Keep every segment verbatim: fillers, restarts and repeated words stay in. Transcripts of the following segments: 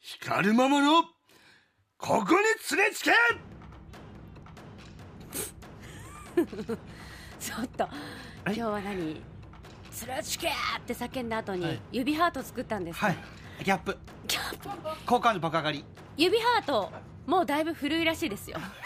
光るママのここに連れつけちょっと今日は何スラチケーって叫んだ後にはい指ハート作ったんですか、 はいギャップキャップ好感度爆上がり。 指ハートもうだいぶ古いらしいですよも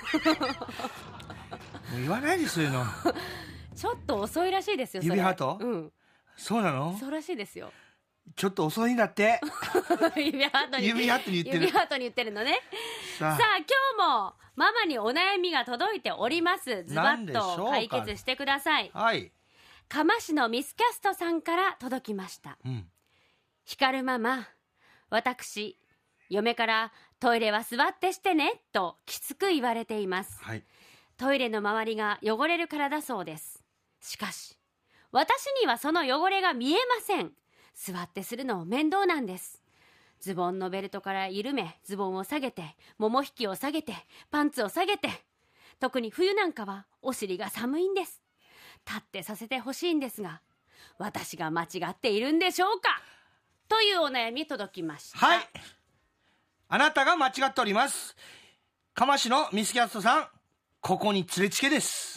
う言わないでそういうのちょっと遅いらしいですよそれ指ハートうんそうなの。 そうらしいですよちょっと遅いんだって指ハートに指ハートに言ってる指ハートに言ってるのねさあさあ今日もママにお悩みが届いております。ズバなんでしょうかッと解決してください。 はい蒲市のミスキャストさんから届きました。 うん光るママ、私嫁からトイレは座ってしてねときつく言われています。 はいトイレの周りが汚れるからだそうです。しかし私にはその汚れが見えません。座ってするの面倒なんです。ズボンのベルトから緩め、ズボンを下げて、もも引きを下げて、パンツを下げて、特に冬なんかはお尻が寒いんです。立ってさせてほしいんですが、私が間違っているんでしょうかというお悩み届きました。 はいあなたが間違っております。蒲市のミスキャストさん、ここに連れつけです。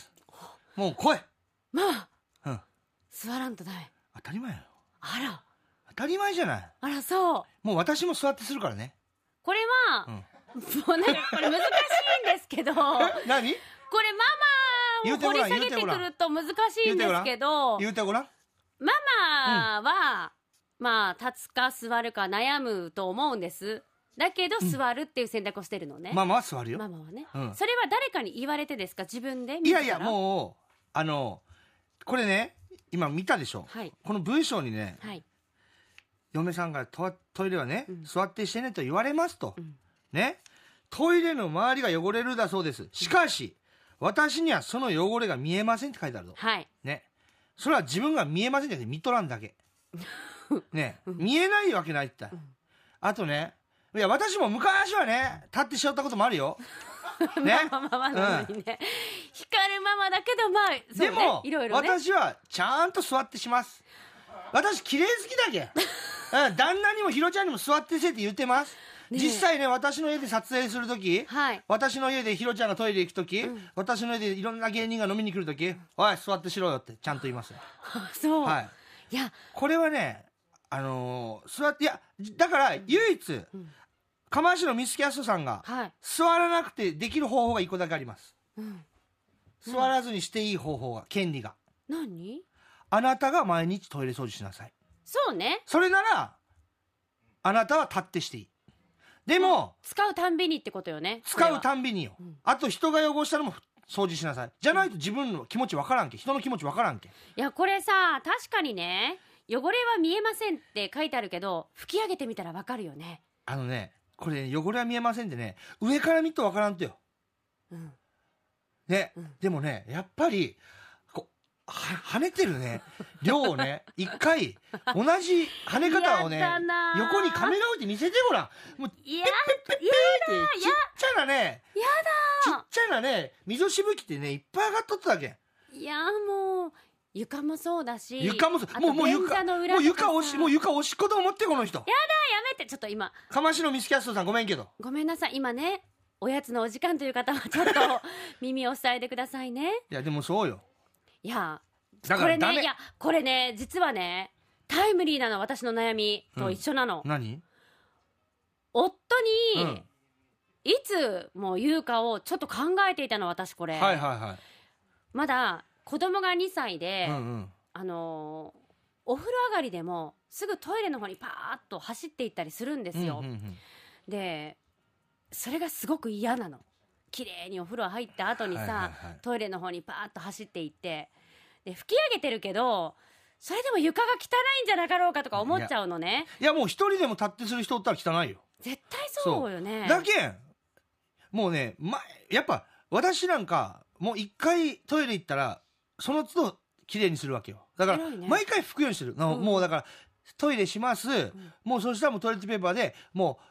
もう来い。 まあ、 うん、 座らんとダメ。 当たり前よ。 あら、 当たり前じゃない。 あらそう。 もう私も座ってするからね。 これは、 うんもうなんかこれ難しいんですけど、これマ何マを掘り下げてくると難しいんですけど、 言うてごらん。 ママは、うん、まあ立つか座るか悩むと思うんです。だけど座るっていう選択をしてるのね。 ママは座るよ。 ママはね、 うん、 それは誰かに言われてですか、自分で。 いやいや、もうあのこれね、今見たでしょ、 はい、 この文章にね、はい、嫁さんがトトイレはね、うん、座ってしてねと言われますと、うん、ね、トイレの周りが汚れるだそうです。しかし、うん、私にはその汚れが見えませんって書いてあるの、 はいね、それは自分が見えませんじゃなくて見とらんだけね、見えないわけないって、うん、あとね、いや私も昔はね立ってしまったこともあるよね、ママママなのにね、うん、光るママだけど、まあそう、ね、 でもいろいろね、 私はちゃんと座ってします。私綺麗好きだけうん、旦那にもひろちゃんにも座ってせって言ってます、ね、実際ね、私の家で撮影するとき、はい、私の家でひろちゃんがトイレ行くとき、うん、私の家でいろんな芸人が飲みに来るとき、うん、おい座ってしろよってちゃんと言いますよそう、 はい、 いやこれはね、あのー、座って、いやだから唯一、うんうん、蒲市のミスキャストさんが、はい、座らなくてできる方法が一個だけあります、うん、座らずにしていい方法が、権利が。 何？ あなたが毎日トイレ掃除しなさい。 そうね。 それならあなたは立ってしていい。でも、うん、 使うたんびにってことよね。 使うたんびによ、うん、あと人が汚したのも掃除しなさい。じゃないと自分の気持ちわからんけ、人の気持ちわからんけ。 いやこれさ、確かにね、汚れは見えませんって書いてあるけど、拭き上げてみたらわかるよね。 あのね、これ、ね、汚れは見えませんでね、上から見るとわからんとよ、うんね、うん、でもね、やっぱりこうは跳ねてるね量をね、一回同じ跳ね方をね、横にカメラ置いて見せてごらん。もうペッペッペッペッってちっちゃなね、 やだちっちゃなね、溝しぶきってね、いっぱい上がっとっただけ。 いやもう床もそうだし、 床もそう、もうもう床もう床押しもう床押しっこと思って、この人。やだ、 やめて。ちょっと今蒲市のミスキャストさん、ごめんけど。 ごめんなさい、今ね、おやつのお時間という方はちょっと耳を塞いでくださいね。 いやでもそうよ。 いやだからこれね、いやこれね、実はねタイムリーなの、私の悩みと一緒なの、 うん、何？ 夫に、うん、いつもう言うかをちょっと考えていたの、私これ。 はいはいはい。まだ子供がにさいで、 うんうん、 あのー、お風呂上がりでもすぐトイレの方にパーッと走っていったりするんですよ、うんうんうん、でそれがすごく嫌なの。綺麗にお風呂入った後にさ、はいはいはい、トイレの方にパーッと走っていって、で拭き上げてるけどそれでも床が汚いんじゃなかろうかとか思っちゃうのね。 いや、いやもう一人でも立ってする人おったら汚いよ。 絶対そうよね。 だけんもうね、ま、やっぱ私なんかもう一回トイレ行ったらその都度きれいにするわけよ。だから毎回拭くようにしてる、うん、もうだからトイレします、うん、もうそしたらもうトイレットペーパーでもう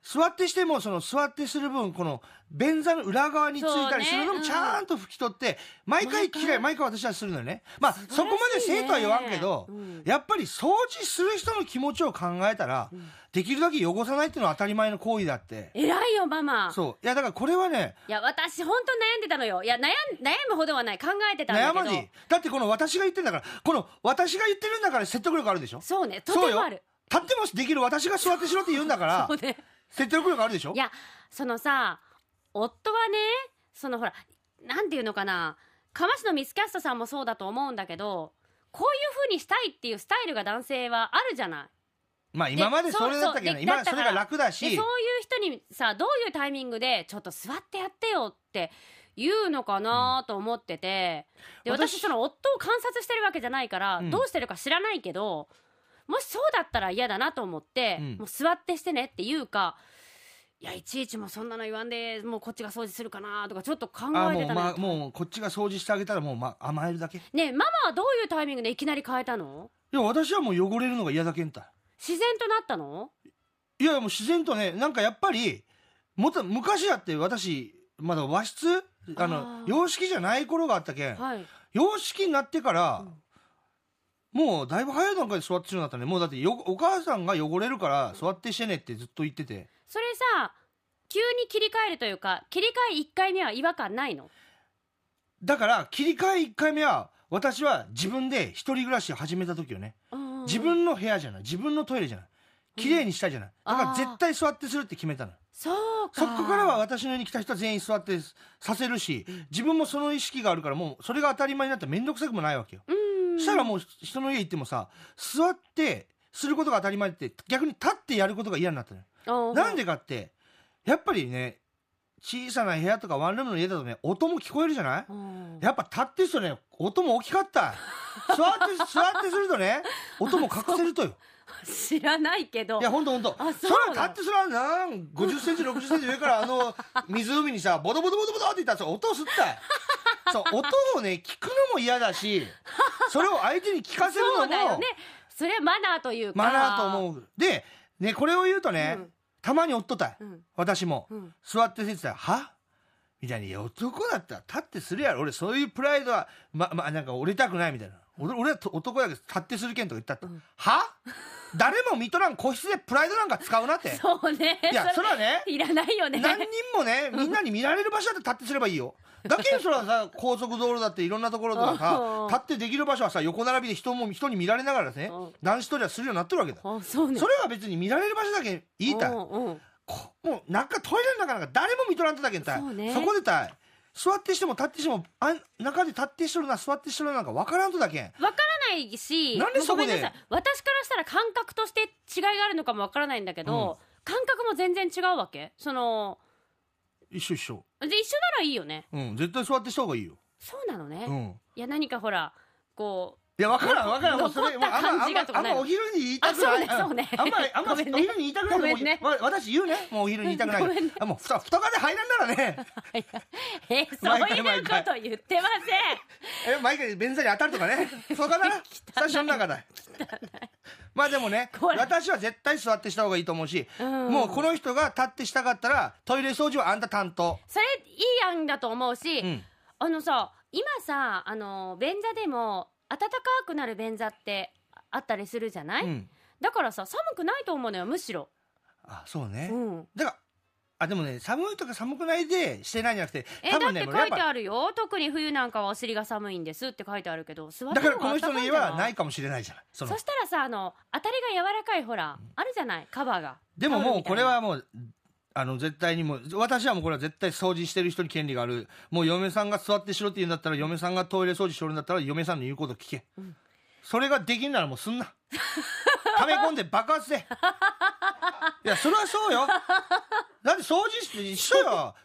座ってしてもその座ってする分この便座の裏側についたりするのもちゃんと拭き取って、毎回きれい毎回私はするのよね。まあそこまで生徒は言わんけど、やっぱり掃除する人の気持ちを考えたら、できるだけ汚さないっていうのは当たり前の行為だって。 偉いよママ。 そういやだからこれはね、 いや私本当悩んでたのよ。いや悩ん悩むほどはない、考えてたんだけど。 悩まじだってこの私が言ってんだから、この私が言ってるんだから説得力あるでしょ。 そうね、とてもある。 立ってもできる私が座ってしろって言うんだからそう、ね、説得力あるでしょ。 いやそのさ、夫はね、そのほらなんていうのかな、かましのミスキャストさんもそうだと思うんだけど、こういう風にしたいっていうスタイルが男性はあるじゃない。 まあ今までそれだったけど、ね、今それが楽だし、 でそういう人にさ、どういうタイミングでちょっと座ってやってよって言うのかなと思ってて、うん、で私その夫を観察してるわけじゃないから、うん、どうしてるか知らないけど、もしそうだったら嫌だなと思って、うん、もう座ってしてねっていうか、いやいちいちもそんなの言わんでもうこっちが掃除するかなとかちょっと考えてたの。 あもう、ま、もうこっちが掃除してあげたらもう、ま、甘えるだけ。 ねえママはどういうタイミングでいきなり変えたの？ いや私はもう汚れるのが嫌だけんた。 自然となったの？ いやもう自然とね、なんかやっぱりもっと昔だって私まだ和室あの洋式じゃない頃があったけん、はい、洋式になってから、うん、もうだいぶ早い段階で座ってしまったね。もうだってよお母さんが汚れるから座ってしてねってずっと言ってて。 それさ急に切り替えるというか、切り替えいっかいめは違和感ないの？ だから切り替えいっかいめは私は自分で一人暮らし始めた時よね。自分の部屋じゃない、自分のトイレじゃない、綺麗にしたいじゃない、うん、だから絶対座ってするって決めたの。 そうか。 そこからは私の家に来た人は全員座ってさせるし、自分もその意識があるからもうそれが当たり前になったら面倒くさくもないわけよ。うん、そしたらもう人の家行ってもさ、座ってすることが当たり前って逆に立ってやることが嫌になったのよ。なんでかってやっぱりね、小さな部屋とかワンルームの家だとね、音も聞こえるじゃない。やっぱ立ってするとね、音も大きかった。座って座ってするとね、音も隠せるとよ。 知らないけど。 いやほんとほんと。それは立ってすらなんごじゅっセンチろくじゅっセンチ上からあの湖にさボドボドボドボドっていったら音を吸ったい。そう音をね聞くのも嫌だし、それを相手に聞かせるのもそうだよね。それはマナーというか。 マナーと思う。でね、これを言うとね、うん、たまに夫たい、うん、私も、うん、座ってしてたらはみたいに、いや男だったら立ってするやろ、俺そういうプライドはままなんか折れたくないみたいな。俺, 俺は男だけど立ってするけんとか言ったって、うん、は誰も見とらん個室でプライドなんか使うなって。 そうね。 いやそれはねいらないよね。 何人もねみんなに見られる場所だって立ってすればいいよ。だけどそれはさ高速道路だっていろんなところとかさ立ってできる場所はさ横並びで人も人に見られながらね男子トイレはするようになってるわけだ。 あそうね。 それは別に見られる場所だけ言いたい。もうなんかトイレの中なんか誰も見とらんとだけんたい。 そ,、ね、そこでたい座ってしても立ってしてもあ中で立ってしてるな座ってしてるなんか分からんとだけん。 分からないし、 なんでそこで私からしたら感覚として違いがあるのかも分からないんだけど、うん、感覚も全然違うわけ。その一緒一緒で一緒ならいいよね。 うん絶対座ってした方がいいよ。 そうなのね、 うん、 いや何かほらこういや分からん分からんもうそれあんまあんまお昼に言いたくない。 あそうねそうねあんまりあんまお昼に言いたくない。ごめんね。私言うねもうお昼に言いたくない。 ごめんね。 あもうふた蓋で入らんならね。 えそういうこと言ってません。え毎回便座に当たるとかね。そうかな。最初の中だ。まあでもね私は絶対座ってした方がいいと思うし、もうこの人が立ってしたかったらトイレ掃除はあんた担当。 それいい案だと思うし、うん、あのさ今さあの便座でも暖かくなる便座ってあったりするじゃない、うん、だからさ寒くないと思うのよむしろ。 あそうね、 うん、 だからあでもね寒いとか寒くないでしてないんじゃなくて多分、ね、だって書いてあるよ。特に冬なんかはお尻が寒いんですって書いてあるけど座ってだからこの人の家はないかもしれないじゃない。 そ, そしたらさあの当たりが柔らかいほら、うん、あるじゃないカバーが。 でももうこれはもうあの絶対にもう私はもうこれは絶対掃除してる人に権利がある。もう嫁さんが座ってしろって言うんだったら嫁さんがトイレ掃除しろんだったら嫁さんの言うこと聞け、うん、それができんならもうすんな溜め込んで爆発でいやそれはそうよ。だって掃除して一緒よ。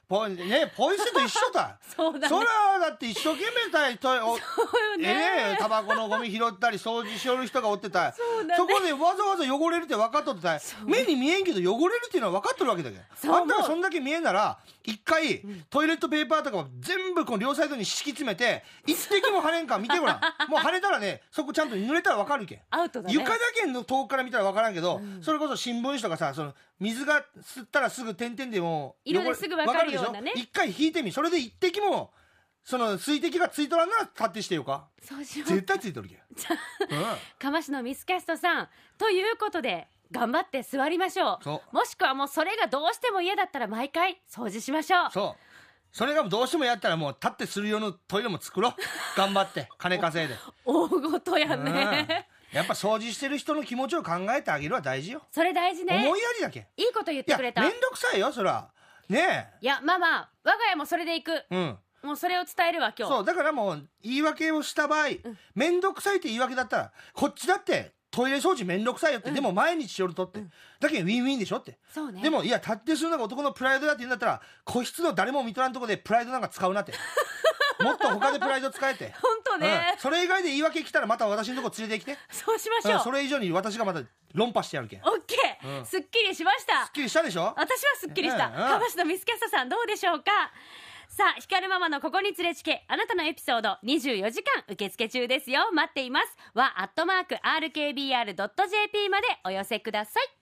ポイねポイ捨てと一緒だそうだねそらだって一生懸命たいとそうよねええタバコのゴミ拾ったり掃除しよる人がおってたい そ,、 そうだねこでわざわざ汚れるって分かっとってたい目に見えんけど汚れるっていうのは分かっとるわけだけそうどあんたがそんだけ見えんなら一回、うん、トイレットペーパーとかを全部この両サイドに敷き詰めて一滴も跳ねんか見てごらんもう跳ねたらねそこちゃんと濡れたら分かるけんアウトだね床だけの遠くから見たら分からんけど、うん、それこそ新聞紙とかさその水が吸ったらすぐ点々でも色ですぐ分かるようなね一回引いてみそれで一滴もその水滴がついとらんなら立ってしてよかそうしよう絶対ついとるけん、 うん、釜石のミスキャストさんということで頑張って座りましょう。 そうもしくはもうそれがどうしても嫌だったら毎回掃除しましょう。 そうそれがどうしてもやったらもう立ってする用のトイレも作ろう頑張って金稼いで大ごとやね、 うん、やっぱ掃除してる人の気持ちを考えてあげるは大事よ。 それ大事ね。 思いやりだけいいこと言ってくれた。 いやめんどくさいよそらねえ。 いやまあまあ我が家もそれでいく、 うん、 もうそれを伝えるわ今日。 そうだからもう言い訳をした場合、うん、めんどくさいって言い訳だったらこっちだってトイレ掃除めんどくさいよって、うん、でも毎日しよるとって、うん、だけどウィンウィンでしょって。 そうね。 でもいや立ってするのが男のプライドだって言うんだったら個室の誰も見とらんとこでプライドなんか使うなってもっと他でプライド使えて本当ね、 うん、それ以外で言い訳来たらまた私のとこ連れてきてそうしましょう、 うん、それ以上に私がまた論破してやるけん。 オッケー、うん、すっきりしました。 すっきりしたでしょ。 私はすっきりした。かましのミスキャストさんどうでしょうか。さあヒカルママのここに連れちけあなたのエピソードにじゅうよじかん受付中ですよ。待っています。はアットマーク アールケービーアールドットジェーピー までお寄せください。